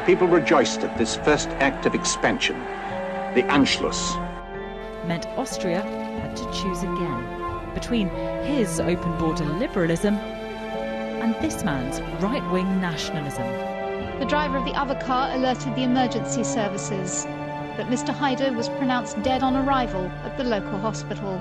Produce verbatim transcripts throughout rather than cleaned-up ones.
people rejoiced at this first act of expansion, the Anschluss. Meant Austria had to choose again between his open border liberalism and this man's right-wing nationalism. The driver of the other car alerted the emergency services that mister Haider was pronounced dead on arrival at the local hospital.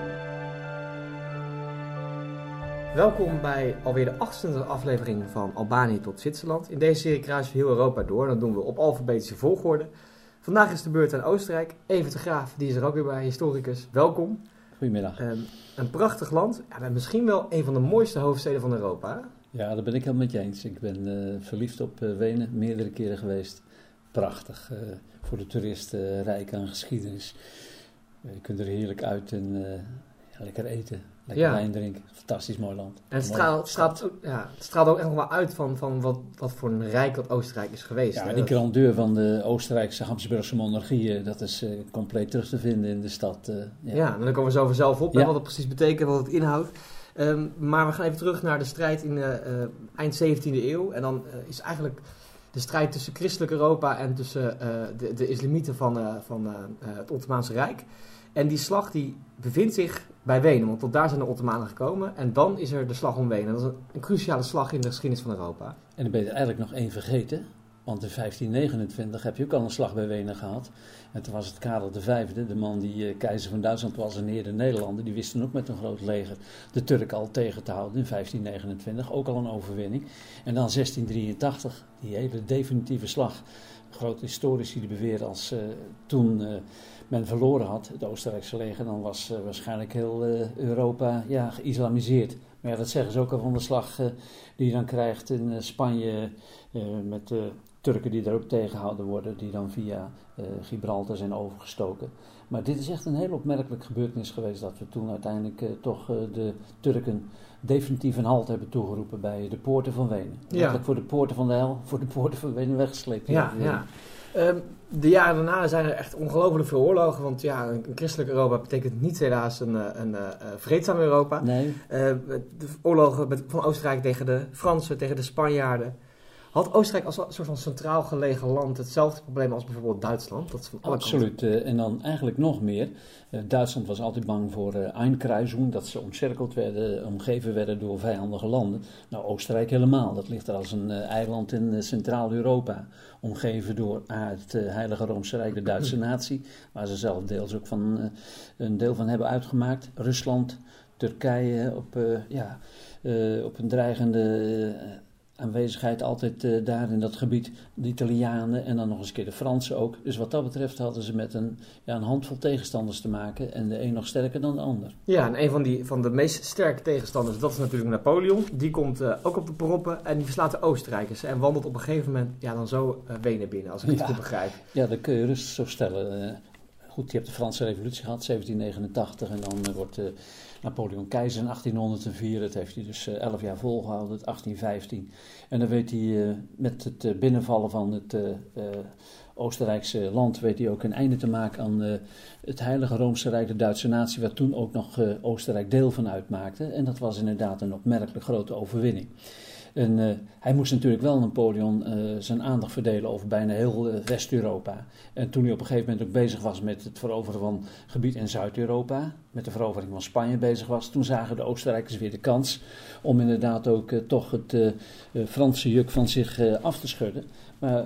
Welkom bij alweer de achtste aflevering van Albanië tot Zwitserland. In deze serie kruisen we heel Europa door. Dat doen we op alfabetische volgorde. Vandaag is de beurt aan Oostenrijk. Evert de Graaf, die is er ook weer bij, historicus. Welkom. Goedemiddag. Um, een prachtig land. Ja, misschien wel een van de mooiste hoofdsteden van Europa. Ja, daar ben ik helemaal met je eens. Ik ben uh, verliefd op uh, Wenen, meerdere keren geweest. Prachtig. Uh, voor de toeristen, uh, rijk aan geschiedenis. Uh, je kunt er heerlijk uit en uh, ja, lekker eten. Lekker ja. wijn drinken. Fantastisch mooi land. En het straalt, straalt, ja, het straalt ook echt nog wel uit van, van wat, wat voor een rijk dat Oostenrijk is geweest. Ja, hè? die grandeur van de Oostenrijkse Habsburgse monarchie, dat is uh, compleet terug te vinden in de stad. Uh, ja. ja, en dan komen we zo vanzelf op, ja. hè, wat het precies betekent, wat het inhoudt. Um, maar we gaan even terug naar de strijd in de uh, eind zeventiende eeuw. En dan uh, is eigenlijk de strijd tussen christelijk Europa en tussen uh, de, de islamieten van, uh, van uh, het Ottomaanse Rijk. En die slag die bevindt zich bij Wenen, want tot daar zijn de Ottomanen gekomen. En dan is er de slag om Wenen. Dat is een, een cruciale slag in de geschiedenis van Europa. En dan ben je er eigenlijk nog één vergeten. Want in vijftien negenentwintig heb je ook al een slag bij Wenen gehad. En toen was het Karel de Vijfde, de man die uh, keizer van Duitsland was en heer de Nederlanden. Die wisten ook met een groot leger de Turken al tegen te houden in vijftien negenentwintig. Ook al een overwinning. En dan zestien drieëntachtig, die hele definitieve slag. Grote historici die beweren als uh, toen uh, men verloren had, het Oostenrijkse leger, dan was uh, waarschijnlijk heel uh, Europa ja, geïslamiseerd. Maar ja, dat zeggen ze ook al van de slag uh, die je dan krijgt in uh, Spanje uh, met de uh, Turken die daar ook tegengehouden worden, die dan via uh, Gibraltar zijn overgestoken. Maar dit is echt een heel opmerkelijk gebeurtenis geweest dat we toen uiteindelijk uh, toch uh, de Turken definitief een halt hebben toegeroepen bij de poorten van Wenen. Ja. Eigenlijk voor de poorten van de hel, voor de poorten van Wenen weggesleept. Ja, ja. Um, de jaren daarna zijn er echt ongelooflijk veel oorlogen, want ja, een, een christelijk Europa betekent niet helaas een, een, een, een vreedzaam Europa. Nee. Uh, de oorlogen met, van Oostenrijk tegen de Fransen, tegen de Spanjaarden. Had Oostenrijk als een soort van centraal gelegen land hetzelfde probleem als bijvoorbeeld Duitsland? Dat is van alle Absoluut. Uh, en dan eigenlijk nog meer. Uh, Duitsland was altijd bang voor uh, Einkruising, dat ze omcirkeld werden, omgeven werden door vijandige landen. Nou, Oostenrijk helemaal. Dat ligt er als een uh, eiland in uh, Centraal-Europa. Omgeven door uh, het uh, Heilige Roomse Rijk, de Duitse natie, waar ze zelf deels ook van, uh, een deel van hebben uitgemaakt. Rusland, Turkije op, uh, ja, uh, op een dreigende... Uh, aanwezigheid altijd uh, daar in dat gebied, de Italianen en dan nog eens een keer de Fransen ook. Dus wat dat betreft hadden ze met een, ja, een handvol tegenstanders te maken en de een nog sterker dan de ander. Ja, en een van, die, van de meest sterke tegenstanders, dat is natuurlijk Napoleon. Die komt uh, ook op de proppen en die verslaat de Oostenrijkers en wandelt op een gegeven moment ja, dan zo uh, Wenen binnen, als ik het ja, goed begrijp. Ja, dat kun je rustig zo stellen. Uh, goed, je hebt de Franse revolutie gehad, zeventien negenentachtig, en dan uh, wordt... Uh, Napoleon keizer in achttienhonderdvier, dat heeft hij dus uh, elf jaar volgehouden, achttien vijftien. En dan weet hij uh, met het uh, binnenvallen van het uh, uh, Oostenrijkse land, weet hij ook een einde te maken aan uh, het Heilige Roomse Rijk, de Duitse natie, waar toen ook nog uh, Oostenrijk deel van uitmaakte. En dat was inderdaad een opmerkelijk grote overwinning. En uh, hij moest natuurlijk wel, Napoleon, uh, zijn aandacht verdelen over bijna heel uh, West-Europa. En toen hij op een gegeven moment ook bezig was met het veroveren van gebied in Zuid-Europa, met de verovering van Spanje bezig was, toen zagen de Oostenrijkers weer de kans om inderdaad ook uh, toch het uh, uh, Franse juk van zich uh, af te schudden. Maar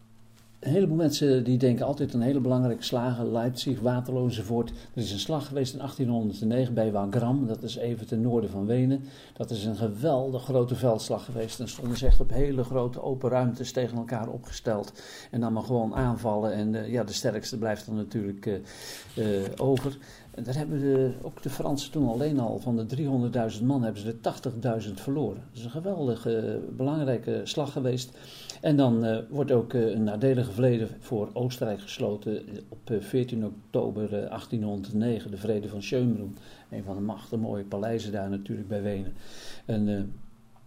een heleboel mensen die denken altijd aan hele belangrijke slagen, Leipzig, Waterloo enzovoort. Er is een slag geweest in achttienhonderdnegen bij Wagram, dat is even ten noorden van Wenen. Dat is een geweldig grote veldslag geweest. Dan stonden ze echt op hele grote open ruimtes tegen elkaar opgesteld. En dan maar gewoon aanvallen en uh, ja, de sterkste blijft dan natuurlijk uh, uh, over. En daar hebben de, ook de Fransen toen alleen al, van de driehonderdduizend man, hebben ze er tachtigduizend verloren. Dat is een geweldige, uh, belangrijke slag geweest. En dan uh, wordt ook uh, een nadelige vrede voor Oostenrijk gesloten op uh, veertien oktober uh, achttienhonderdnegen, de vrede van Schönbrunn. Een van de machtige mooie paleizen daar natuurlijk bij Wenen. En uh,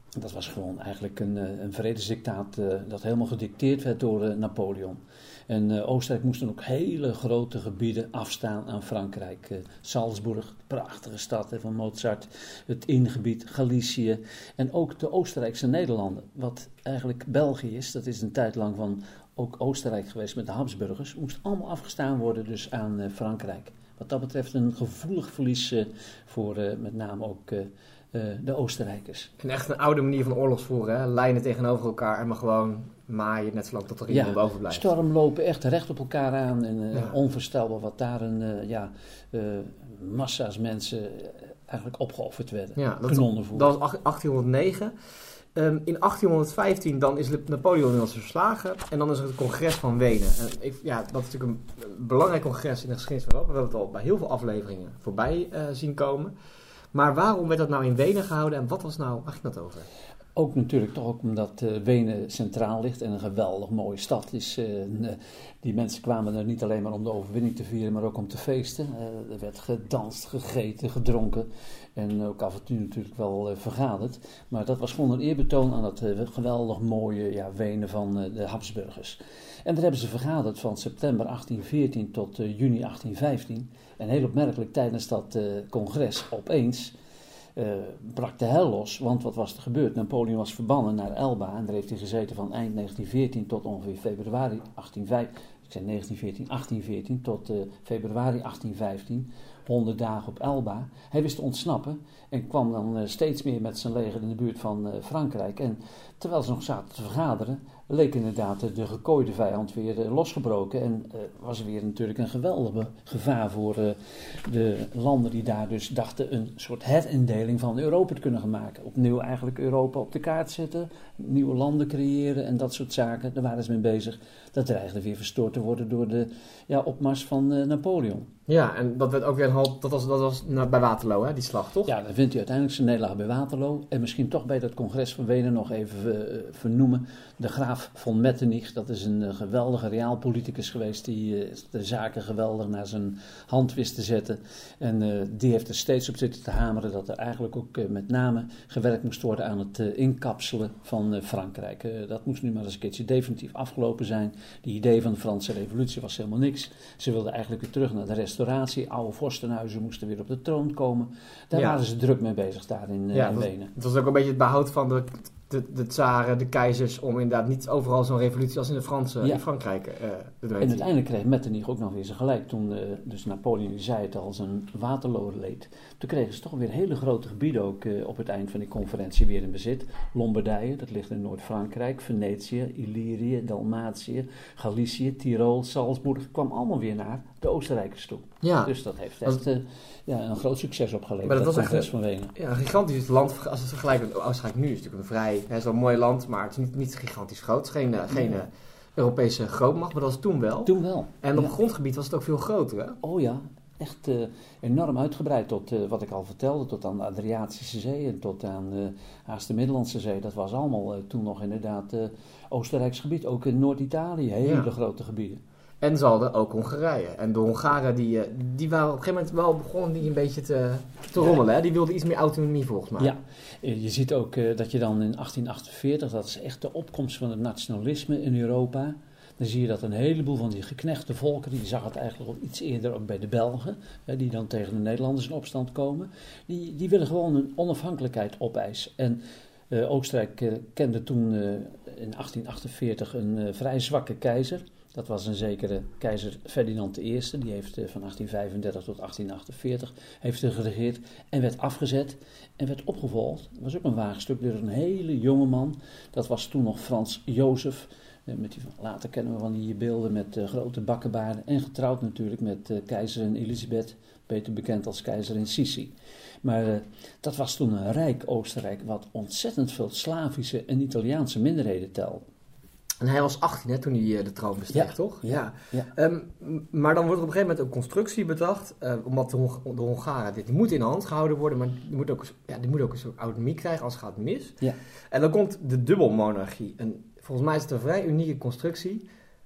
Dat was gewoon eigenlijk een, een vredesdictaat uh, dat helemaal gedicteerd werd door uh, Napoleon. En uh, Oostenrijk moest dan ook hele grote gebieden afstaan aan Frankrijk. Uh, Salzburg, prachtige stad hè, van Mozart, het Inngebied, Galicië en ook de Oostenrijkse Nederlanden. Wat eigenlijk België is, dat is een tijd lang van ook Oostenrijk geweest met de Habsburgers, moest allemaal afgestaan worden dus aan uh, Frankrijk. Wat dat betreft een gevoelig verlies uh, voor uh, met name ook uh, uh, de Oostenrijkers. En echt een oude manier van oorlogsvoeren, hè? Lijnen tegenover elkaar en maar gewoon maaien net zolang tot er iemand ja, overblijft. Stormlopen echt recht op elkaar aan en uh, ja. onvoorstelbaar wat daar een uh, ja, uh, massa's mensen uh, eigenlijk opgeofferd werden. Ja, dat, dat was achttienhonderdnegen. Um, in achttienhonderdvijftien dan is Napoleon inmiddels verslagen en dan is er het congres van Wenen. En ik, ja, dat is natuurlijk een belangrijk congres in de geschiedenis van Europa. We hebben het al bij heel veel afleveringen voorbij uh, zien komen. Maar waarom werd dat nou in Wenen gehouden en wat was nou, waar ging dat over? Ook natuurlijk toch ook omdat uh, Wenen centraal ligt en een geweldig mooie stad is. Uh, die mensen kwamen er niet alleen maar om de overwinning te vieren, maar ook om te feesten. Uh, er werd gedanst, gegeten, gedronken en ook af en toe natuurlijk wel uh, vergaderd. Maar dat was gewoon een eerbetoon aan dat uh, geweldig mooie ja, Wenen van uh, de Habsburgers. En daar hebben ze vergaderd van september achttien veertien tot uh, juni achttien vijftien. En heel opmerkelijk tijdens dat uh, congres opeens Uh, brak de hel los, want wat was er gebeurd? Napoleon was verbannen naar Elba en daar heeft hij gezeten van eind negentien veertien tot ongeveer februari achttien vijftien. Ik zei negentien veertien, achttien veertien tot uh, februari achttien vijftien, honderd dagen op Elba. Hij wist te ontsnappen en kwam dan uh, steeds meer met zijn leger in de buurt van uh, Frankrijk. En terwijl ze nog zaten te vergaderen, leek inderdaad uh, de gekooide vijand weer uh, losgebroken. En uh, was er weer natuurlijk een geweldige gevaar voor uh, de landen die daar dus dachten een soort herindeling van Europa te kunnen gaan maken. Opnieuw eigenlijk Europa op de kaart zetten, nieuwe landen creëren en dat soort zaken. Daar waren ze mee bezig. Dat dreigde weer verstoord te worden door de ja, opmars van uh, Napoleon. Ja, en dat werd ook weer een half, dat was, dat was bij Waterloo, hè, die slag, toch? Ja, dan vindt hij uiteindelijk zijn nederlaag bij Waterloo. En misschien toch bij dat congres van Wenen nog even uh, vernoemen. De graaf von Metternich, dat is een uh, geweldige realpoliticus geweest die uh, de zaken geweldig naar zijn hand wist te zetten. En uh, die heeft er steeds op zitten te hameren dat er eigenlijk ook uh, met name gewerkt moest worden aan het uh, inkapselen van uh, Frankrijk. Uh, dat moest nu maar eens een keertje definitief afgelopen zijn. Die idee van de Franse revolutie was helemaal niks. Ze wilden eigenlijk weer terug naar de restauratie. Oude vorstenhuizen moesten weer op de troon komen. Daar ja. waren ze druk mee bezig daar in, ja, in dat, Wenen. Het was ook een beetje het behoud van de, de, de tsaren, de keizers, om inderdaad niet overal zo'n revolutie als in, de Franse, ja. in Frankrijk uh, te doen. En uiteindelijk kreeg Metternich ook nog weer zijn gelijk. Toen uh, dus Napoleon, die zei het al, zijn Waterloo leed. Toen kregen ze toch weer hele grote gebieden ook uh, op het eind van die conferentie weer in bezit. Lombardije, dat ligt in Noord-Frankrijk, Venetië, Illyrië, Dalmatië, Galicië, Tirol, Salzburg, kwam allemaal weer naar de Oostenrijkers toe. Ja. Dus dat heeft echt uh, ja, een groot succes opgeleverd. Maar dat, dat was congres echt van Wenen. Ja, een gigantisch land, als het vergelijkt met Oostenrijk nu, is het natuurlijk een vrij, het is wel een mooi land, maar het is niet, niet gigantisch groot. Het is geen, uh, geen uh, Europese grootmacht, maar dat was toen wel. Toen wel. En op ja. grondgebied was het ook veel groter, hè? Oh ja, echt uh, enorm uitgebreid tot uh, wat ik al vertelde, tot aan de Adriatische Zee en tot aan uh, haast de Middellandse Zee. Dat was allemaal uh, toen nog inderdaad uh, Oostenrijks gebied, ook in Noord-Italië, hele ja. grote gebieden. En ze hadden ook Hongarije. En de Hongaren die, die waren op een gegeven moment wel begonnen die een beetje te, te rommelen. Hè? Die wilden iets meer autonomie volgens mij. Ja, je ziet ook uh, dat je dan in achttien achtenveertig, dat is echt de opkomst van het nationalisme in Europa. Dan zie je dat een heleboel van die geknechte volken, die zag het eigenlijk al iets eerder ook bij de Belgen, hè, die dan tegen de Nederlanders in opstand komen. Die, die willen gewoon een onafhankelijkheid opeisen. En uh, Oostenrijk uh, kende toen uh, in achttien achtenveertig een uh, vrij zwakke keizer. Dat was een zekere keizer Ferdinand de Eerste, die heeft van achttien vijfendertig tot achttien achtenveertig heeft er geregeerd en werd afgezet en werd opgevolgd. Dat was ook een waagstuk door een hele jonge man, dat was toen nog Frans Jozef. Met die, later kennen we van die beelden met uh, grote bakkenbaarden en getrouwd natuurlijk met uh, keizerin Elisabeth, beter bekend als keizerin Sissi. Maar uh, dat was toen een rijk Oostenrijk wat ontzettend veel Slavische en Italiaanse minderheden telde. En hij was achttien hè, toen hij uh, de troon besteeg, ja, toch? Ja. ja. Um, maar dan wordt er op een gegeven moment een constructie bedacht, uh, omdat de, Hong- de Hongaren, dit die moet in de hand gehouden worden, maar die moet ook, ja, die moet ook een soort autonomie krijgen, als het gaat mis. Ja. En dan komt de dubbelmonarchie. En volgens mij is het een vrij unieke constructie.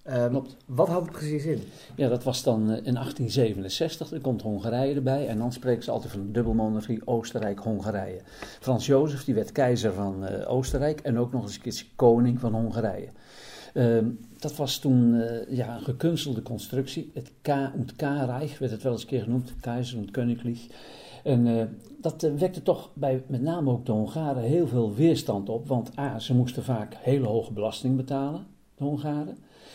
Um, wat houdt het precies in? Ja, dat was dan uh, in achttien zevenenzestig. Er komt Hongarije erbij. En dan spreken ze altijd van een dubbelmonarchie Oostenrijk-Hongarije. Frans Jozef die werd keizer van uh, Oostenrijk en ook nog eens een keertje koning van Hongarije. Uh, dat was toen uh, ja, een gekunstelde constructie. Het K und K-Rijk werd het wel eens een keer genoemd. Keizer und Königlich. En uh, dat uh, wekte toch bij met name ook de Hongaren heel veel weerstand op. Want A, ze moesten vaak hele hoge belasting betalen, de Hongaren.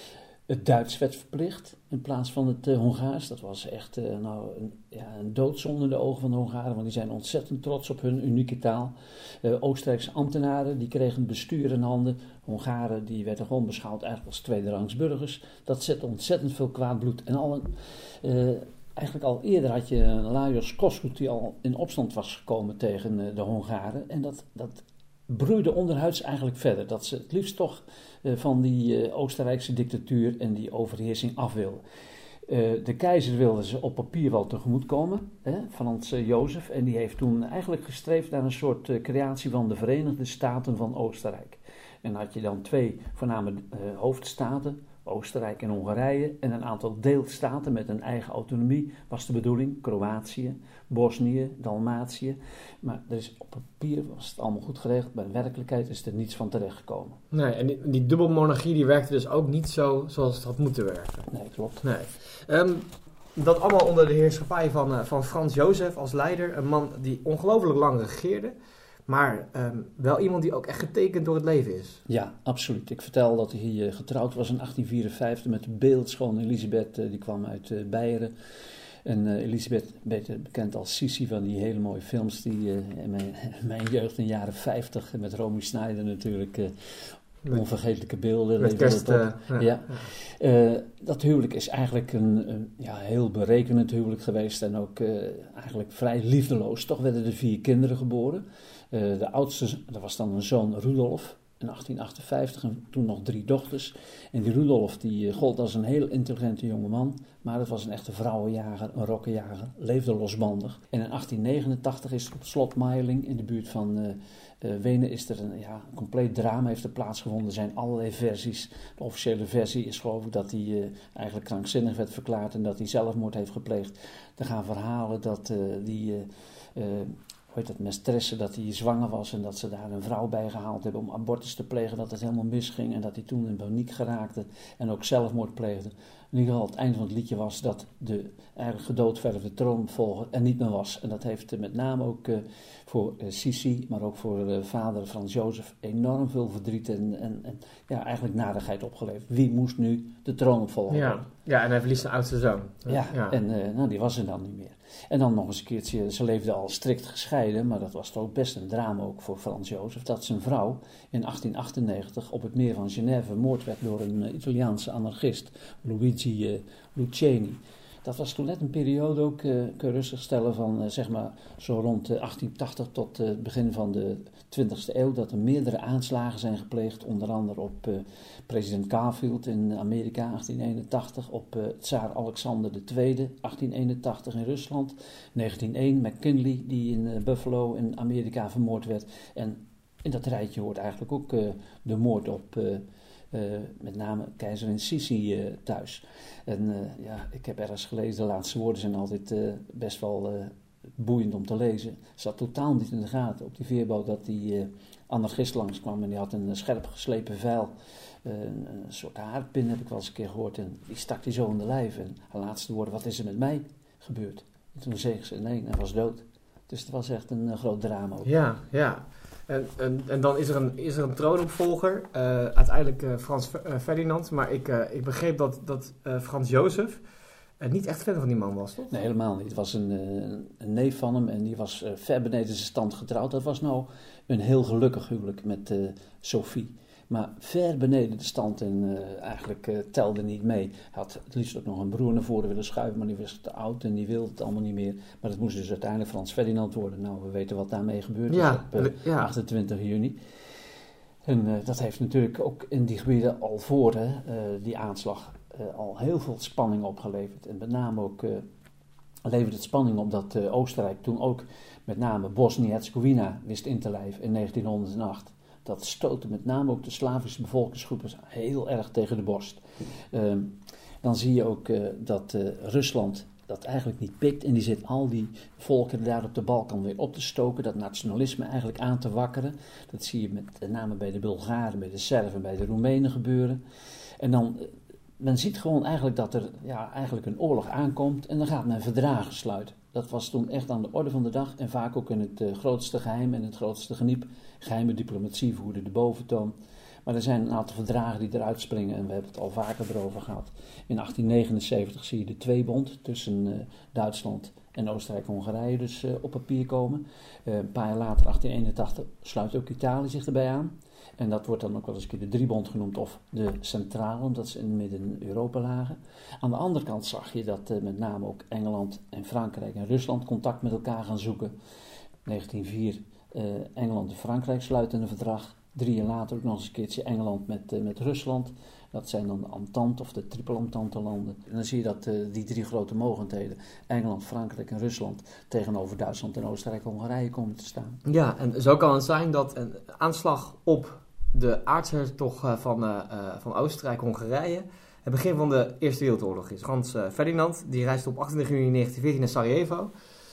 Het Duits werd verplicht in plaats van het uh, Hongaars. Dat was echt uh, nou, een, ja, een doodzonde in de ogen van de Hongaren, want die zijn ontzettend trots op hun unieke taal. Uh, Oostenrijkse ambtenaren die kregen het bestuur in handen. Hongaren die werden gewoon beschouwd eigenlijk als tweederangs burgers. Dat zette ontzettend veel kwaad bloed. En al een, uh, eigenlijk al eerder had je Lajos Kossuth die al in opstand was gekomen tegen uh, de Hongaren. En dat... dat broeide onderhuids eigenlijk verder. Dat ze het liefst toch uh, van die uh, Oostenrijkse dictatuur en die overheersing af wilden. Uh, de keizer wilde ze op papier wel tegemoetkomen, hè, Frans uh, Jozef. En die heeft toen eigenlijk gestreefd naar een soort uh, creatie van de Verenigde Staten van Oostenrijk. En dan had je dan twee voorname uh, hoofdstaten, Oostenrijk en Hongarije, en een aantal deelstaten met een eigen autonomie, was de bedoeling. Kroatië, Bosnië, Dalmatië. Maar er is, op papier was het allemaal goed geregeld, maar in werkelijkheid is er niets van terechtgekomen. Nee, en die, die dubbelmonarchie die werkte dus ook niet zo zoals het had moeten werken. Nee, klopt. Nee. Um, dat allemaal onder de heerschappij van, uh, van Frans Jozef als leider, een man die ongelooflijk lang regeerde. Maar um, wel iemand die ook echt getekend door het leven is. Ja, absoluut. Ik vertel dat hij uh, getrouwd was in achttien vierenvijftig met de beeldschoon Elisabeth. Uh, die kwam uit uh, Beieren. En uh, Elisabeth, beter bekend als Sissi van die hele mooie films die uh, in mijn, mijn jeugd in de jaren vijftig met Romy Schneider natuurlijk... Uh, onvergetelijke beelden. Met kerst, uh, ja. Ja. Uh, dat huwelijk is eigenlijk een, een ja, heel berekenend huwelijk geweest en ook uh, eigenlijk vrij liefdeloos. Toch werden er vier kinderen geboren. Uh, de oudste, dat was dan een zoon Rudolf in achttien achtenvijftig en toen nog drie dochters. En die Rudolf die uh, gold als een heel intelligente jongeman, maar het was een echte vrouwenjager, een rokkenjager, leefde losbandig. En in achttien negenentachtig is er op slot Mayerling in de buurt van uh, uh, Wenen is er een, ja, een compleet drama heeft er plaatsgevonden. Er zijn allerlei versies. De officiële versie is geloof ik dat hij uh, eigenlijk krankzinnig werd verklaard en dat hij zelfmoord heeft gepleegd. Er gaan verhalen dat uh, die... Uh, uh, Weet dat mestresse, dat hij zwanger was en dat ze daar een vrouw bij gehaald hebben om abortus te plegen, dat het helemaal misging en dat hij toen in paniek geraakte en ook zelfmoord pleegde. In ieder geval het einde van het liedje was dat de eigenlijk gedoodverfde troonopvolger er niet meer was. En dat heeft uh, met name ook uh, voor uh, Sissi, maar ook voor uh, vader Frans Jozef enorm veel verdriet en, en, en ja, eigenlijk narigheid opgeleverd. Wie moest nu de troonopvolger ja. worden? Ja, en hij verliest zijn oudste zoon. Ja, ja. en uh, nou, die was er dan niet meer. En dan nog eens een keertje, ze leefden al strikt gescheiden, maar dat was toch best een drama ook voor Frans Jozef, dat zijn vrouw in achttien achtennegentig op het meer van Genève vermoord werd door een uh, Italiaanse anarchist, Luigi uh, Lucchini. Dat was toen net een periode ook, uh, kun je rustig stellen, van uh, zeg maar zo rond uh, achttien tachtig tot het uh, begin van de twintigste eeuw, dat er meerdere aanslagen zijn gepleegd, onder andere op uh, president Garfield in Amerika, achttien eenentachtig, op uh, tsaar Alexander de Tweede, achttien eenentachtig in Rusland, negentien één McKinley, die in uh, Buffalo in Amerika vermoord werd. En in dat rijtje hoort eigenlijk ook uh, de moord op... Uh, Uh, met name keizerin Sissi uh, thuis. En uh, ja, ik heb ergens gelezen, de laatste woorden zijn altijd uh, best wel uh, boeiend om te lezen. Ze had totaal niet in de gaten op die veerboot dat die uh, anarchist langskwam en die had een uh, scherp geslepen vijl. Uh, een, een soort haarpin heb ik wel eens een keer gehoord en die stak die zo in de lijf. En haar laatste woorden, wat is er met mij gebeurd? En toen zei ze, nee, hij was dood. Dus het was echt een uh, groot drama ook. Ja, ja. En, en, en dan is er een, is er een troonopvolger, uh, uiteindelijk uh, Frans uh, Ferdinand. Maar ik, uh, ik begreep dat, dat uh, Frans Jozef uh, niet echt fan van die man was, toch? Nee, helemaal niet. Het was een, uh, een neef van hem en die was uh, ver beneden zijn stand getrouwd. Dat was nou een heel gelukkig huwelijk met uh, Sophie. Maar ver beneden de stand en uh, eigenlijk uh, telde niet mee. Hij had het liefst ook nog een broer naar voren willen schuiven, maar die was te oud en die wilde het allemaal niet meer. Maar het moest dus uiteindelijk Frans Ferdinand worden. Nou, we weten wat daarmee gebeurd is ja, op uh, ja. achtentwintig juni. En uh, dat heeft natuurlijk ook in die gebieden al voor hè, uh, die aanslag uh, al heel veel spanning opgeleverd. En met name ook uh, leverde het spanning op dat uh, Oostenrijk toen ook met name Bosnië-Herzegovina wist in te lijven in negentienhonderdacht. dat stootte met name ook de Slavische bevolkingsgroepen heel erg tegen de borst. Uh, dan zie je ook uh, dat uh, Rusland dat eigenlijk niet pikt en die zit al die volkeren daar op de Balkan weer op te stoken, dat nationalisme eigenlijk aan te wakkeren. Dat zie je met name bij de Bulgaren, bij de Serven, bij de Roemenen gebeuren. En dan, men ziet gewoon eigenlijk dat er ja, eigenlijk een oorlog aankomt en dan gaat men verdragen sluiten. Dat was toen echt aan de orde van de dag en vaak ook in het uh, grootste geheim en het grootste geniep. Geheime diplomatie voerde de boventoon. Maar er zijn een aantal verdragen die eruit springen en we hebben het al vaker erover gehad. In achttien negenenzeventig zie je de tweebond tussen uh, Duitsland en Oostenrijk-Hongarije dus uh, op papier komen. Uh, een paar jaar later, achttien eenentachtig, sluit ook Italië zich erbij aan. En dat wordt dan ook wel eens een keer de driebond genoemd of de centrale, omdat ze in Midden-Europa lagen. Aan de andere kant zag je dat uh, met name ook Engeland en Frankrijk en Rusland contact met elkaar gaan zoeken. negentien vier, uh, Engeland en Frankrijk sluiten een verdrag. Drie jaar later ook nog eens een keertje Engeland met, uh, met Rusland. Dat zijn dan de Entente of de triple-Entente landen. En dan zie je dat uh, die drie grote mogendheden, Engeland, Frankrijk en Rusland, tegenover Duitsland en Oostenrijk-Hongarije komen te staan. Ja, en zo kan het zijn dat een aanslag op de aartshertog van, uh, uh, van Oostenrijk-Hongarije het begin van de Eerste Wereldoorlog is. Frans uh, Ferdinand, die reist op achtendertig juni negentien veertien naar Sarajevo.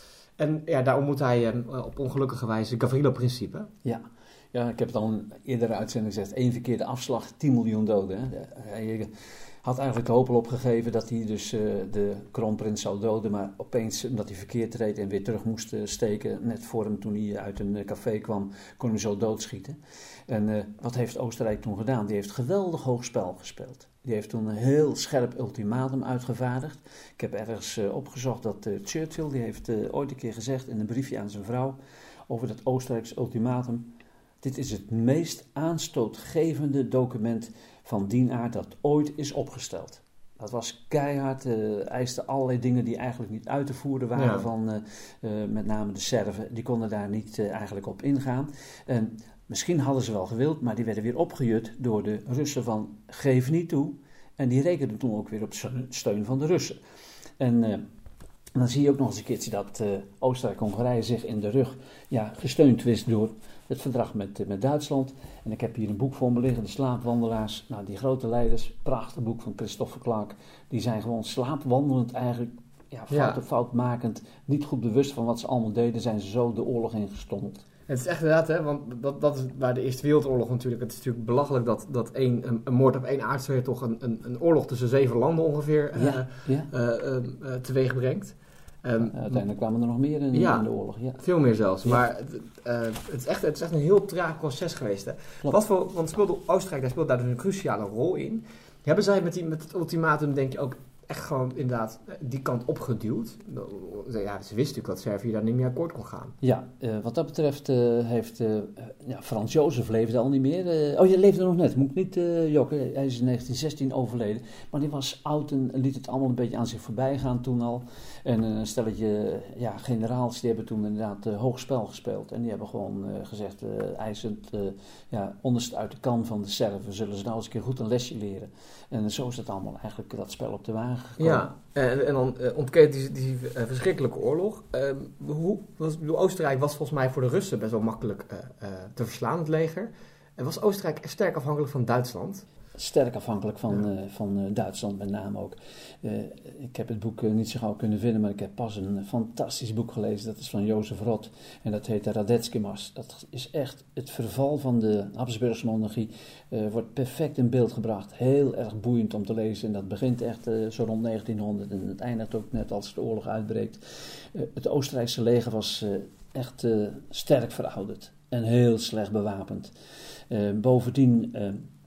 En ja, daar ontmoet hij uh, op ongelukkige wijze Gavrilo-Principe. Ja. Ja, ik heb het al in een eerdere uitzending gezegd. Eén verkeerde afslag, tien miljoen doden. Hè. Hij had eigenlijk de hoop al opgegeven dat hij dus uh, de kroonprins zou doden. Maar opeens, omdat hij verkeerd reed en weer terug moest uh, steken, net voor hem toen hij uit een uh, café kwam, kon hij zo doodschieten. En uh, wat heeft Oostenrijk toen gedaan? Die heeft geweldig hoog spel gespeeld. Die heeft toen een heel scherp ultimatum uitgevaardigd. Ik heb ergens uh, opgezocht dat uh, Churchill, die heeft uh, ooit een keer gezegd in een briefje aan zijn vrouw over dat Oostenrijks ultimatum: dit is het meest aanstootgevende document van dien aard dat ooit is opgesteld. Dat was keihard, uh, eiste allerlei dingen die eigenlijk niet uit te voeren waren ja. van uh, uh, met name de Serven. Die konden daar niet uh, eigenlijk op ingaan. En misschien hadden ze wel gewild, maar die werden weer opgejut door de Russen van geef niet toe. En die rekenden toen ook weer op steun van de Russen. En Uh, En dan zie je ook nog eens een keertje dat uh, Oostenrijk-Hongarije zich in de rug ja, gesteund wist door het verdrag met, uh, met Duitsland. En ik heb hier een boek voor me liggen, De Slaapwandelaars. Nou, die grote leiders, prachtig boek van Christopher Clark, die zijn gewoon slaapwandelend eigenlijk, ja, fout op fout makend, niet goed bewust van wat ze allemaal deden, zijn ze zo de oorlog ingestommeld. Het is echt inderdaad, hè, want dat, dat is bij de Eerste Wereldoorlog natuurlijk. Het is natuurlijk belachelijk dat, dat één, een, een moord op één aartshertog een, een, een oorlog tussen zeven landen ongeveer ja, uh, ja. Uh, uh, uh, teweeg brengt. Um, ja, uiteindelijk kwamen er nog meer in, ja, in de oorlog. Ja. Veel meer zelfs. Ja. Maar het, uh, het, is echt, het is echt een heel traag proces geweest. Hè. Wat voor, want speelde Oostenrijk daar speelt daar dus een cruciale rol in. Hebben zij met, die, met het ultimatum denk je ook echt gewoon inderdaad die kant opgeduwd? Ja, ze wisten natuurlijk dat Servië daar niet meer akkoord kon gaan. Ja, uh, wat dat betreft uh, heeft uh, ja, Frans Jozef leefde al niet meer. Uh, oh, je leefde nog net, moet ik niet uh, jokken. Hij is in negentien zestien overleden. Maar die was oud en liet het allemaal een beetje aan zich voorbij gaan toen al. En een stelletje ja, generaals, die hebben toen inderdaad uh, hoog spel gespeeld. En die hebben gewoon uh, gezegd, uh, eisend, uh, ja, onderste uit de kan van de Serven, zullen ze nou eens een keer goed een lesje leren. En uh, zo is dat allemaal eigenlijk dat spel op de wagen gekomen. Ja, en, en dan uh, ontkeert die, die uh, verschrikkelijke oorlog. Uh, hoe, was, bedoel, Oostenrijk was volgens mij voor de Russen best wel makkelijk uh, uh, te verslaan, het leger. En was Oostenrijk sterk afhankelijk van Duitsland? Sterk afhankelijk van, ja. uh, van uh, Duitsland met name ook. Uh, ik heb het boek uh, niet zo gauw kunnen vinden, maar ik heb pas een fantastisch boek gelezen. Dat is van Jozef Rot en dat heet de Radetzky-mars. Dat is echt het verval van de Habsburgse monarchie. Uh, wordt perfect in beeld gebracht. Heel erg boeiend om te lezen. En dat begint echt uh, zo rond negentienhonderd en het eindigt ook net als de oorlog uitbreekt. Uh, het Oostenrijkse leger was uh, echt uh, sterk verouderd en heel slecht bewapend. Uh, bovendien Uh,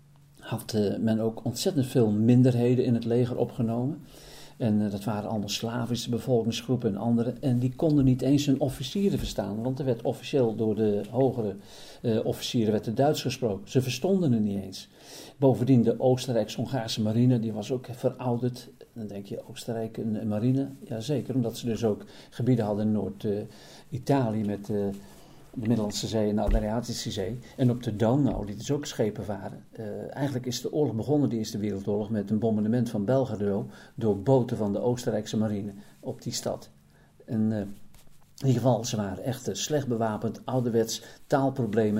had uh, men ook ontzettend veel minderheden in het leger opgenomen. En uh, dat waren allemaal Slavische bevolkingsgroepen en andere. En die konden niet eens hun officieren verstaan. Want er werd officieel door de hogere uh, officieren werd het Duits gesproken. Ze verstonden het niet eens. Bovendien de Oostenrijks-Hongaarse marine, die was ook verouderd. Dan denk je, Oostenrijk een marine? Jazeker, omdat ze dus ook gebieden hadden in Noord-Italië uh, met Uh, de Middellandse Zee en de Adriatische Zee. En op de Donau, die dus ook schepen varen. Uh, eigenlijk is de oorlog begonnen, de Eerste Wereldoorlog, met een bombardement van Belgrado door boten van de Oostenrijkse marine op die stad. En uh, in ieder geval, ze waren echt uh, slecht bewapend, ouderwets, taalproblemen.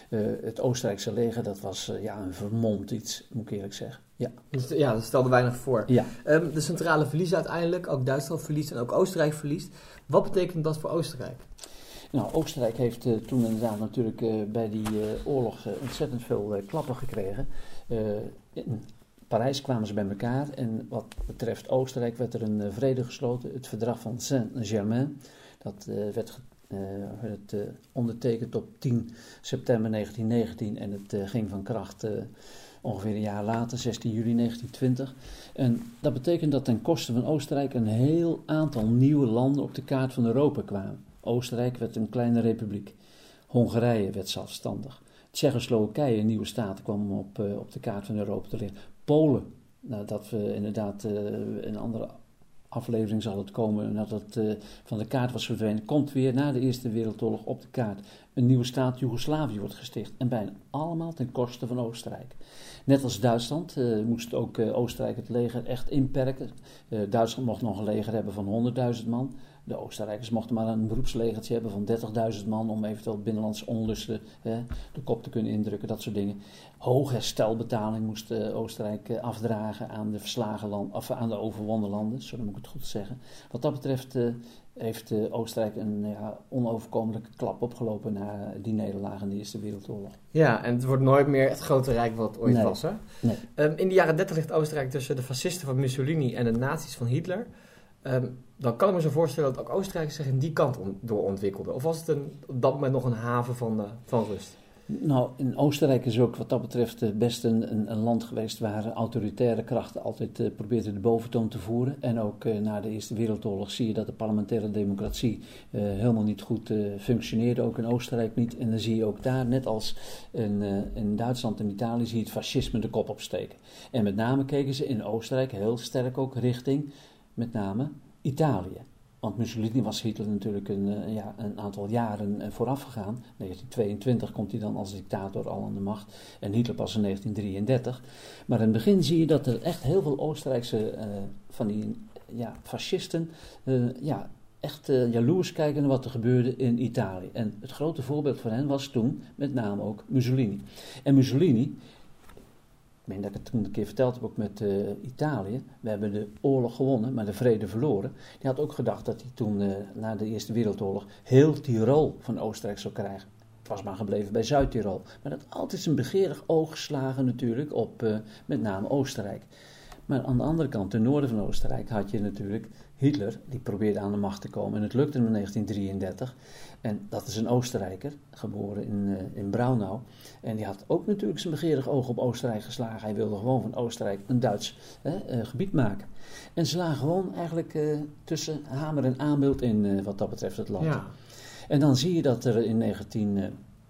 Uh, het Oostenrijkse leger, dat was uh, ja, een vermomd iets, moet ik eerlijk zeggen. Ja, dus, ja dat stelde weinig voor. Ja. Um, de centrale verliezen uiteindelijk, ook Duitsland verliest en ook Oostenrijk verliest. Wat betekent dat voor Oostenrijk? Nou, Oostenrijk heeft uh, toen inderdaad natuurlijk uh, bij die uh, oorlog uh, ontzettend veel uh, klappen gekregen. Uh, in Parijs kwamen ze bij elkaar en wat betreft Oostenrijk werd er een uh, vrede gesloten, het verdrag van Saint-Germain. Dat uh, werd, uh, werd uh, ondertekend op tien september negentien negentien en het uh, ging van kracht uh, ongeveer een jaar later, zestien juli negentien twintig. En dat betekent dat ten koste van Oostenrijk een heel aantal nieuwe landen op de kaart van Europa kwamen. Oostenrijk werd een kleine republiek. Hongarije werd zelfstandig. Tsjechoslowakije, een nieuwe staat, kwam op, uh, op de kaart van Europa te liggen. Polen, nou, dat we inderdaad uh, een andere aflevering zal het komen, nadat het uh, van de kaart was verdwenen, komt weer na de Eerste Wereldoorlog op de kaart. Een nieuwe staat, Joegoslavië, wordt gesticht. En bijna allemaal ten koste van Oostenrijk. Net als Duitsland uh, moest ook uh, Oostenrijk het leger echt inperken. Uh, Duitsland mocht nog een leger hebben van honderdduizend man. De Oostenrijkers mochten maar een beroepslegertje hebben van dertigduizend man om eventueel binnenlandse onlusten hè, de kop te kunnen indrukken, dat soort dingen. Hoge herstelbetaling moest uh, Oostenrijk uh, afdragen aan de verslagen land, of aan de overwonnen landen, zo moet ik het goed zeggen. Wat dat betreft uh, heeft uh, Oostenrijk een ja, onoverkomelijke klap opgelopen na die nederlaag in de Eerste Wereldoorlog. Ja, en het wordt nooit meer het grote rijk wat het ooit nee. was. Hè? Nee. Um, in de jaren dertig ligt Oostenrijk tussen de fascisten van Mussolini en de nazi's van Hitler. Um, dan kan ik me zo voorstellen dat ook Oostenrijk zich in die kant on- door ontwikkelde. Of was het een, op dat moment nog een haven van, uh, van rust? Nou, in Oostenrijk is ook wat dat betreft best een, een, een land geweest waar autoritaire krachten altijd uh, probeerden de boventoon te voeren. En ook uh, na de Eerste Wereldoorlog zie je dat de parlementaire democratie uh, helemaal niet goed uh, functioneerde, ook in Oostenrijk niet. En dan zie je ook daar, net als in, uh, in Duitsland en Italië, zie je het fascisme de kop opsteken. En met name keken ze in Oostenrijk heel sterk ook richting, met name, Italië. Want Mussolini was Hitler natuurlijk een, uh, ja, een aantal jaren uh, vooraf gegaan. negentien tweeëntwintig komt hij dan als dictator al aan de macht. En Hitler pas in negentien drieëndertig. Maar in het begin zie je dat er echt heel veel Oostenrijkse uh, van die ja, fascisten uh, ja, echt uh, jaloers kijken naar wat er gebeurde in Italië. En het grote voorbeeld van hen was toen met name ook Mussolini. En Mussolini, ik meen dat ik het toen een keer verteld heb ook met uh, Italië. We hebben de oorlog gewonnen, maar de vrede verloren. Die had ook gedacht dat hij toen, uh, na de Eerste Wereldoorlog, heel Tirol van Oostenrijk zou krijgen. Het was maar gebleven bij Zuid-Tirol. Maar dat had altijd zijn begeerig oog geslagen natuurlijk op uh, met name Oostenrijk. Maar aan de andere kant, ten noorden van Oostenrijk, had je natuurlijk Hitler. Die probeerde aan de macht te komen en het lukte hem in negentien drieëndertig. En dat is een Oostenrijker, geboren in, uh, in Braunau. En die had ook natuurlijk zijn begeerig oog op Oostenrijk geslagen. Hij wilde gewoon van Oostenrijk een Duits uh, uh, gebied maken. En ze lagen gewoon eigenlijk uh, tussen hamer en aanbeeld in uh, wat dat betreft het land. Ja. En dan zie je dat er in negentien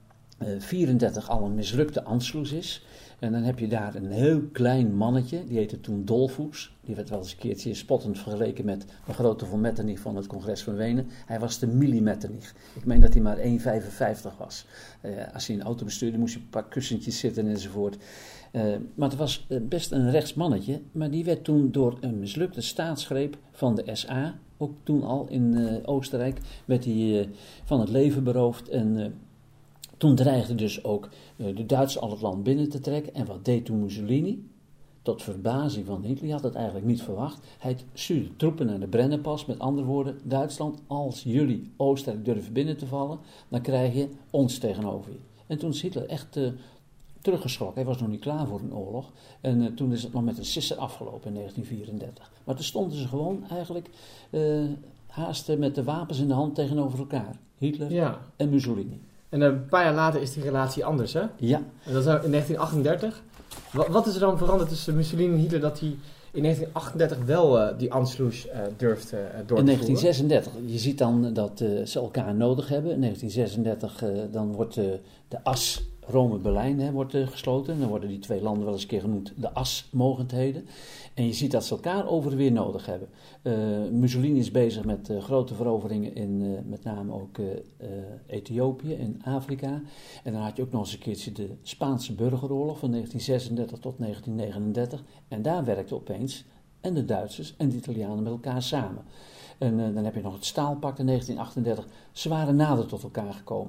vierendertig al een mislukte Anschluss is. En dan heb je daar een heel klein mannetje, die heette toen Dollfuss. Die werd wel eens een keertje spottend vergeleken met de grote von Metternich van het congres van Wenen. Hij was de Milli Metternich. Ik meen dat hij maar één komma vijfenvijftig was. Uh, als hij een auto bestuurde, moest hij op een paar kussentjes zitten enzovoort. Uh, maar het was best een rechts mannetje. Maar die werd toen door een mislukte staatsgreep van de S A, ook toen al in uh, Oostenrijk, werd hij uh, van het leven beroofd. En uh, toen dreigde dus ook uh, de Duitsers al het land binnen te trekken. En wat deed toen Mussolini? Tot verbazing van Hitler, hij had het eigenlijk niet verwacht. Hij stuurde troepen naar de Brennerpas. Met andere woorden, Duitsland, als jullie Oostenrijk durven binnen te vallen, dan krijg je ons tegenover je. En toen is Hitler echt uh, teruggeschrokken. Hij was nog niet klaar voor een oorlog. En uh, toen is het nog met een sisser afgelopen in negentien vierendertig. Maar toen stonden ze gewoon eigenlijk uh, haast met de wapens in de hand tegenover elkaar. Hitler ja. en Mussolini. En een paar jaar later is die relatie anders, hè? Ja. En dat is in negentien achtendertig. Wat, wat is er dan veranderd tussen Mussolini en Hitler dat hij in negentien achtendertig wel uh, die Anschluss uh, durft uh, door te voeren? In negentien zesendertig. Je ziet dan dat uh, ze elkaar nodig hebben. In negentien zesendertig uh, dan wordt uh, de as Rome-Berlijn hè, wordt, uh, gesloten. Dan worden die twee landen wel eens een keer genoemd de asmogendheden. En je ziet dat ze elkaar over weer nodig hebben. Uh, Mussolini is bezig met uh, grote veroveringen in uh, met name ook uh, uh, Ethiopië en Afrika. En dan had je ook nog eens een keertje de Spaanse burgeroorlog van negentien zesendertig tot negentien negenendertig. En daar werkten opeens en de Duitsers en de Italianen met elkaar samen. En uh, dan heb je nog het Staalpact in negentien achtendertig. Ze waren nader tot elkaar gekomen.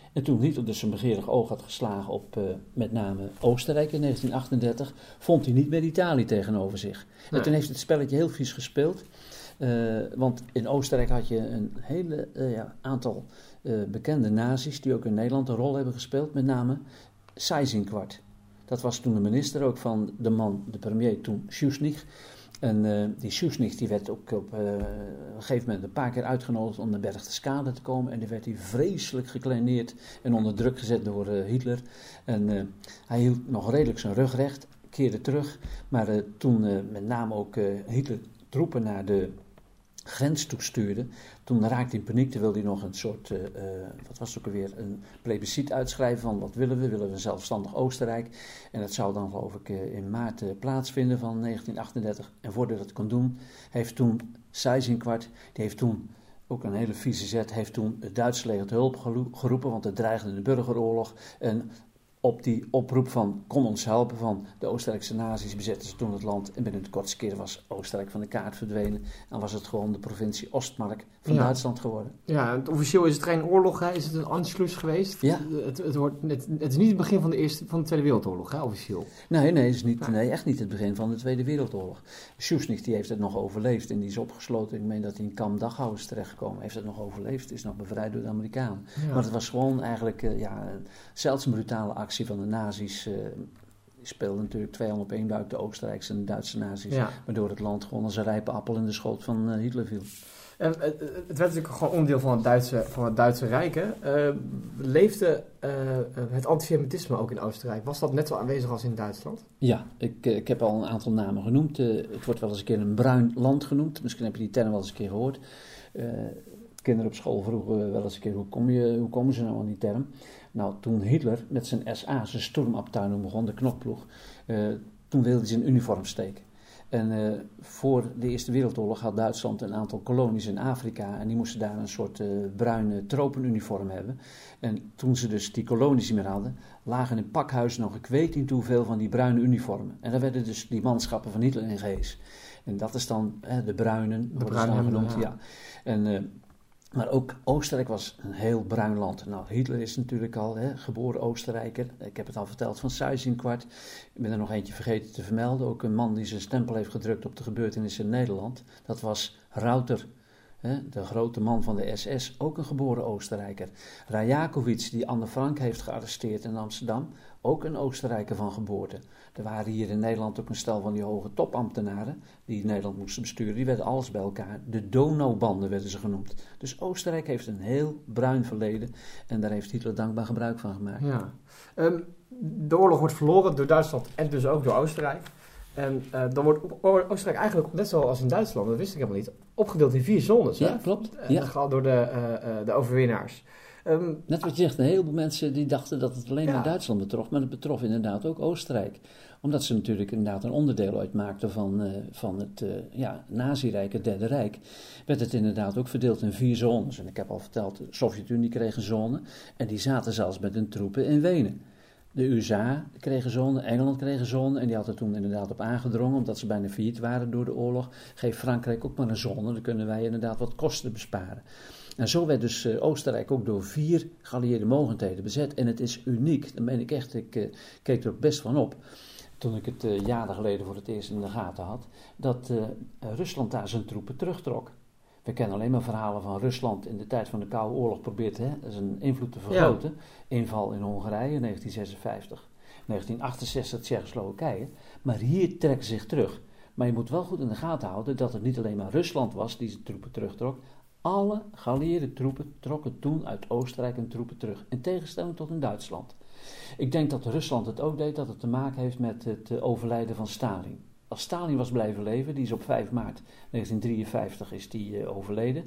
En toen Hitler dus zijn begeerig oog had geslagen op uh, met name Oostenrijk in negentien achtendertig, vond hij niet meer Italië tegenover zich. Nee. En toen heeft het spelletje heel vies gespeeld. Uh, want in Oostenrijk had je een hele uh, ja, aantal uh, bekende nazi's die ook in Nederland een rol hebben gespeeld. Met name Seyss-Inquart. Dat was toen de minister ook van de man, de premier toen, Schuschnigg. En uh, die Schuschnigg die werd ook op uh, een gegeven moment een paar keer uitgenodigd om naar Berchtesgaden te komen. En die werd hij vreselijk gekleineerd en onder druk gezet door uh, Hitler. En uh, hij hield nog redelijk zijn rug recht, keerde terug. Maar uh, toen uh, met name ook uh, Hitler troepen naar de grens toestuurde, toen raakte hij in paniek. Toen wilde hij nog een soort, uh, uh, wat was het ook alweer, een plebiscit uitschrijven van wat willen we? Willen we een zelfstandig Oostenrijk? En dat zou dan geloof ik uh, in maart uh, plaatsvinden van negentien achtendertig. En voordat hij dat kon doen, heeft toen Seyss-Inquart, die heeft toen ook een hele vieze zet, heeft toen het Duitse leger te hulp geroepen, want het dreigde de burgeroorlog. En op die oproep van kom ons helpen van de Oostenrijkse nazi's bezetten ze toen het land. En binnen de kortste keer was Oostenrijk van de kaart verdwenen. En was het gewoon de provincie Ostmark van ja. Duitsland geworden. Ja, officieel is het geen oorlog, hè? Is het een Anschluss geweest? Ja. Het, het, wordt, het, het is niet het begin van de, eerste, van de Tweede Wereldoorlog, hè, officieel? Nee, nee, het is niet, nee, echt niet het begin van de Tweede Wereldoorlog. Schuschnigg die heeft het nog overleefd en die is opgesloten. Ik meen dat hij in kamp Dachau is terechtgekomen. Heeft het nog overleefd, is nog bevrijd door de Amerikanen. Ja. Maar het was gewoon eigenlijk uh, ja, een zeldzaam brutale actie van de nazi's. Uh, die speelden natuurlijk tweehonderd op één buik, de Oostenrijkse en de Duitse nazi's. Ja. Waardoor het land gewoon als een rijpe appel in de schoot van uh, Hitler viel. En, uh, het werd natuurlijk gewoon onderdeel van het Duitse, van het Duitse Rijk. Hè? Uh, leefde uh, het antisemitisme ook in Oostenrijk? Was dat net zo aanwezig als in Duitsland? Ja, ik, uh, ik heb al een aantal namen genoemd. Uh, het wordt wel eens een keer een bruin land genoemd. Misschien heb je die term wel eens een keer gehoord. Uh, kinderen op school vroegen wel eens een keer, hoe, kom je, hoe komen ze nou aan die term? Nou, toen Hitler met zijn S A, zijn Sturmabteilung begon, de knokploeg, uh, toen wilde hij zijn uniform steken. En uh, voor de Eerste Wereldoorlog had Duitsland een aantal kolonies in Afrika en die moesten daar een soort uh, bruine tropenuniform hebben. En toen ze dus die kolonies niet meer hadden, lagen in pakhuizen nog ik weet niet hoeveel van die bruine uniformen. En daar werden dus die manschappen van Hitler in gehezen. En dat is dan uh, de bruinen, de bruinen dan genoemd, ja. ja. En... Uh, Maar ook Oostenrijk was een heel bruin land. Nou, Hitler is natuurlijk al hè, geboren Oostenrijker. Ik heb het al verteld van Seyss-Inquart. Ik ben er nog eentje vergeten te vermelden. Ook een man die zijn stempel heeft gedrukt op de gebeurtenissen in Nederland. Dat was Rauter, hè, de grote man van de S S. Ook een geboren Oostenrijker. Rajakowitz, die Anne Frank heeft gearresteerd in Amsterdam. Ook een Oostenrijker van geboorte. Er waren hier in Nederland ook een stel van die hoge topambtenaren die Nederland moesten besturen. Die werden alles bij elkaar. De Donaubanden werden ze genoemd. Dus Oostenrijk heeft een heel bruin verleden en daar heeft Hitler dankbaar gebruik van gemaakt. Ja. Um, de oorlog wordt verloren door Duitsland en dus ook door Oostenrijk. En uh, dan wordt Oostenrijk eigenlijk, net zoals in Duitsland, dat wist ik helemaal niet, opgedeeld in vier zones. Ja, hè? klopt. En Ja. dat gaat door de, uh, uh, de overwinnaars. Um, Net wat je zegt, een heleboel mensen die dachten dat het alleen ja. maar Duitsland betrof, maar het betrof inderdaad ook Oostenrijk. Omdat ze natuurlijk inderdaad een onderdeel uitmaakten van, uh, van het uh, ja, nazi-rijk, het Derde Rijk, werd het inderdaad ook verdeeld in vier zones. En ik heb al verteld, de Sovjet-Unie kreeg een zone en die zaten zelfs met hun troepen in Wenen. De U S A kreeg een zone, Engeland kreeg een zone en die had er toen inderdaad op aangedrongen, omdat ze bijna failliet waren door de oorlog. Geef Frankrijk ook maar een zone, dan kunnen wij inderdaad wat kosten besparen. En zo werd dus uh, Oostenrijk ook door vier geallieerde mogendheden bezet. En het is uniek, dat meen ik echt, ik uh, keek er ook best van op, toen ik het uh, jaren geleden voor het eerst in de gaten had, dat uh, Rusland daar zijn troepen terugtrok. We kennen alleen maar verhalen van Rusland in de tijd van de Koude Oorlog probeert hè, zijn invloed te vergroten. Ja. Inval in Hongarije in negentien zesenvijftig, negentien achtenzestig Tsjechoslowakije. Maar hier trekken ze zich terug. Maar je moet wel goed in de gaten houden dat het niet alleen maar Rusland was die zijn troepen terugtrok. Alle geallieerde troepen trokken toen uit Oostenrijk hun troepen terug, in tegenstelling tot in Duitsland. Ik denk dat Rusland het ook deed, dat het te maken heeft met het overlijden van Stalin. Als Stalin was blijven leven, die is op vijf maart negentien drieënvijftig is die uh, overleden,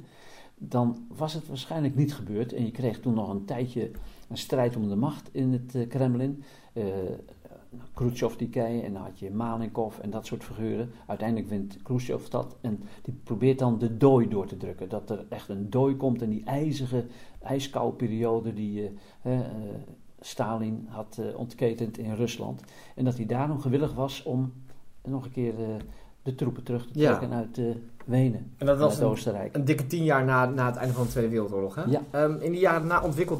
dan was het waarschijnlijk niet gebeurd. En je kreeg toen nog een tijdje een strijd om de macht in het uh, Kremlin. Uh, Khrushchev die kei en dan had je Malenkov en dat soort figuren. Uiteindelijk wint Khrushchev dat en die probeert dan de dooi door te drukken. Dat er echt een dooi komt en die ijzige, ijskoude periode die uh, uh, Stalin had uh, ontketend in Rusland. En dat hij daarom gewillig was om nog een keer uh, de troepen terug te trekken ja. uit uh, Wenen en dat was een, Oostenrijk. Een dikke tien jaar na, na het einde van de Tweede Wereldoorlog. Hè? Ja. Um, in die jaren na ontwikkelde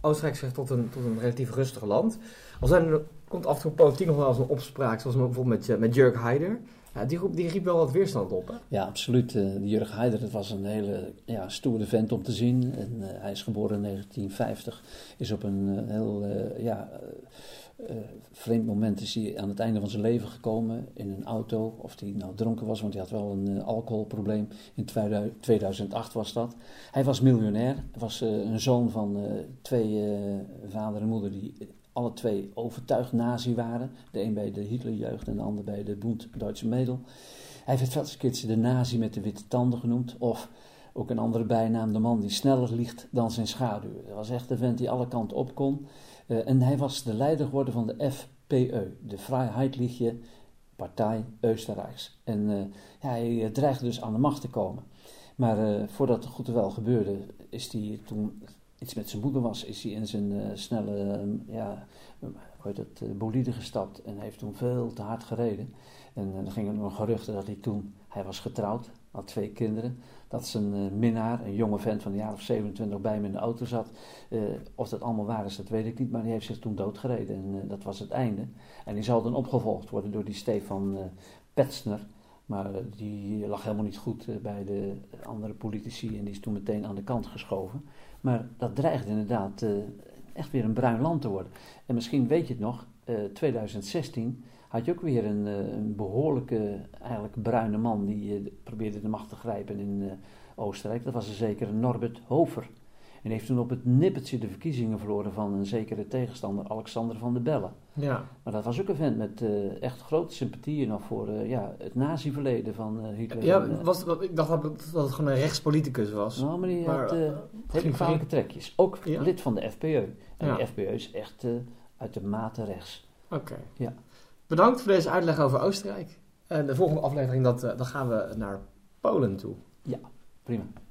Oostenrijk zich tot een, tot een relatief rustig land. Al zijn er, komt af en toe politiek nog wel eens een opspraak, zoals bijvoorbeeld met, met Jörg Haider. Ja, die, die riep wel wat weerstand op, hè? Ja, absoluut. Uh, Jörg Haider, dat was een hele ja, stoere vent om te zien. En, uh, hij is geboren in negentien vijftig, is op een uh, heel uh, ja, uh, uh, vreemd moment is hij aan het einde van zijn leven gekomen in een auto. Of hij nou dronken was, want hij had wel een uh, alcoholprobleem. In tweeduizend acht was dat. Hij was miljonair. Hij was uh, een zoon van uh, twee uh, vader en moeder die alle twee overtuigd nazi waren. De een bij de Hitlerjeugd en de ander bij de Bund Deutsche Mädel. Hij werd wel eens een keertje de nazi met de witte tanden genoemd. Of ook een andere bijnaam, de man die sneller liegt dan zijn schaduw. Dat was echt een vent die alle kanten op kon. Uh, en hij was de leider geworden van de F P Ö, de Freiheitliche Partij Oostenrijks. En uh, ja, hij dreigde dus aan de macht te komen. Maar uh, voordat het goed en wel gebeurde, is hij toen iets met zijn moeder was, is hij in zijn uh, snelle, uh, ja, hoe heet het, uh, bolide gestapt en heeft toen veel te hard gereden. En uh, er gingen nog geruchten dat hij toen, hij was getrouwd, had twee kinderen, dat zijn uh, minnaar, een jonge vent van een jaar of zevenentwintig, bij hem in de auto zat. Uh, of dat allemaal waar is, dat weet ik niet, maar die heeft zich toen doodgereden en uh, dat was het einde. En die zou dan opgevolgd worden door die Stefan uh, Petzner. Maar uh, die lag helemaal niet goed uh, bij de andere politici en die is toen meteen aan de kant geschoven. Maar dat dreigt inderdaad uh, echt weer een bruin land te worden. En misschien weet je het nog, uh, tweeduizend zestien had je ook weer een, uh, een behoorlijke, eigenlijk bruine man die uh, probeerde de macht te grijpen in uh, Oostenrijk. Dat was een zekere Norbert Hofer. En heeft toen op het nippertje de verkiezingen verloren van een zekere tegenstander, Alexander van der Bellen. Ja. Maar dat was ook een vent met uh, echt grote sympathieën nog voor uh, ja, het nazi-verleden van uh, Hitler. Ja, en, uh, was, ik dacht dat het, dat het gewoon een rechtspoliticus was. Nou, maar die maar, had uh, uh, hele kwalijke trekjes. Ook ja? lid van de F P Ö. En Ja. de F P Ö is echt uh, uitermate rechts. Oké. Okay. Ja. Bedankt voor deze uitleg over Oostenrijk. En de volgende aflevering, dat, uh, dan gaan we naar Polen toe. Ja, prima.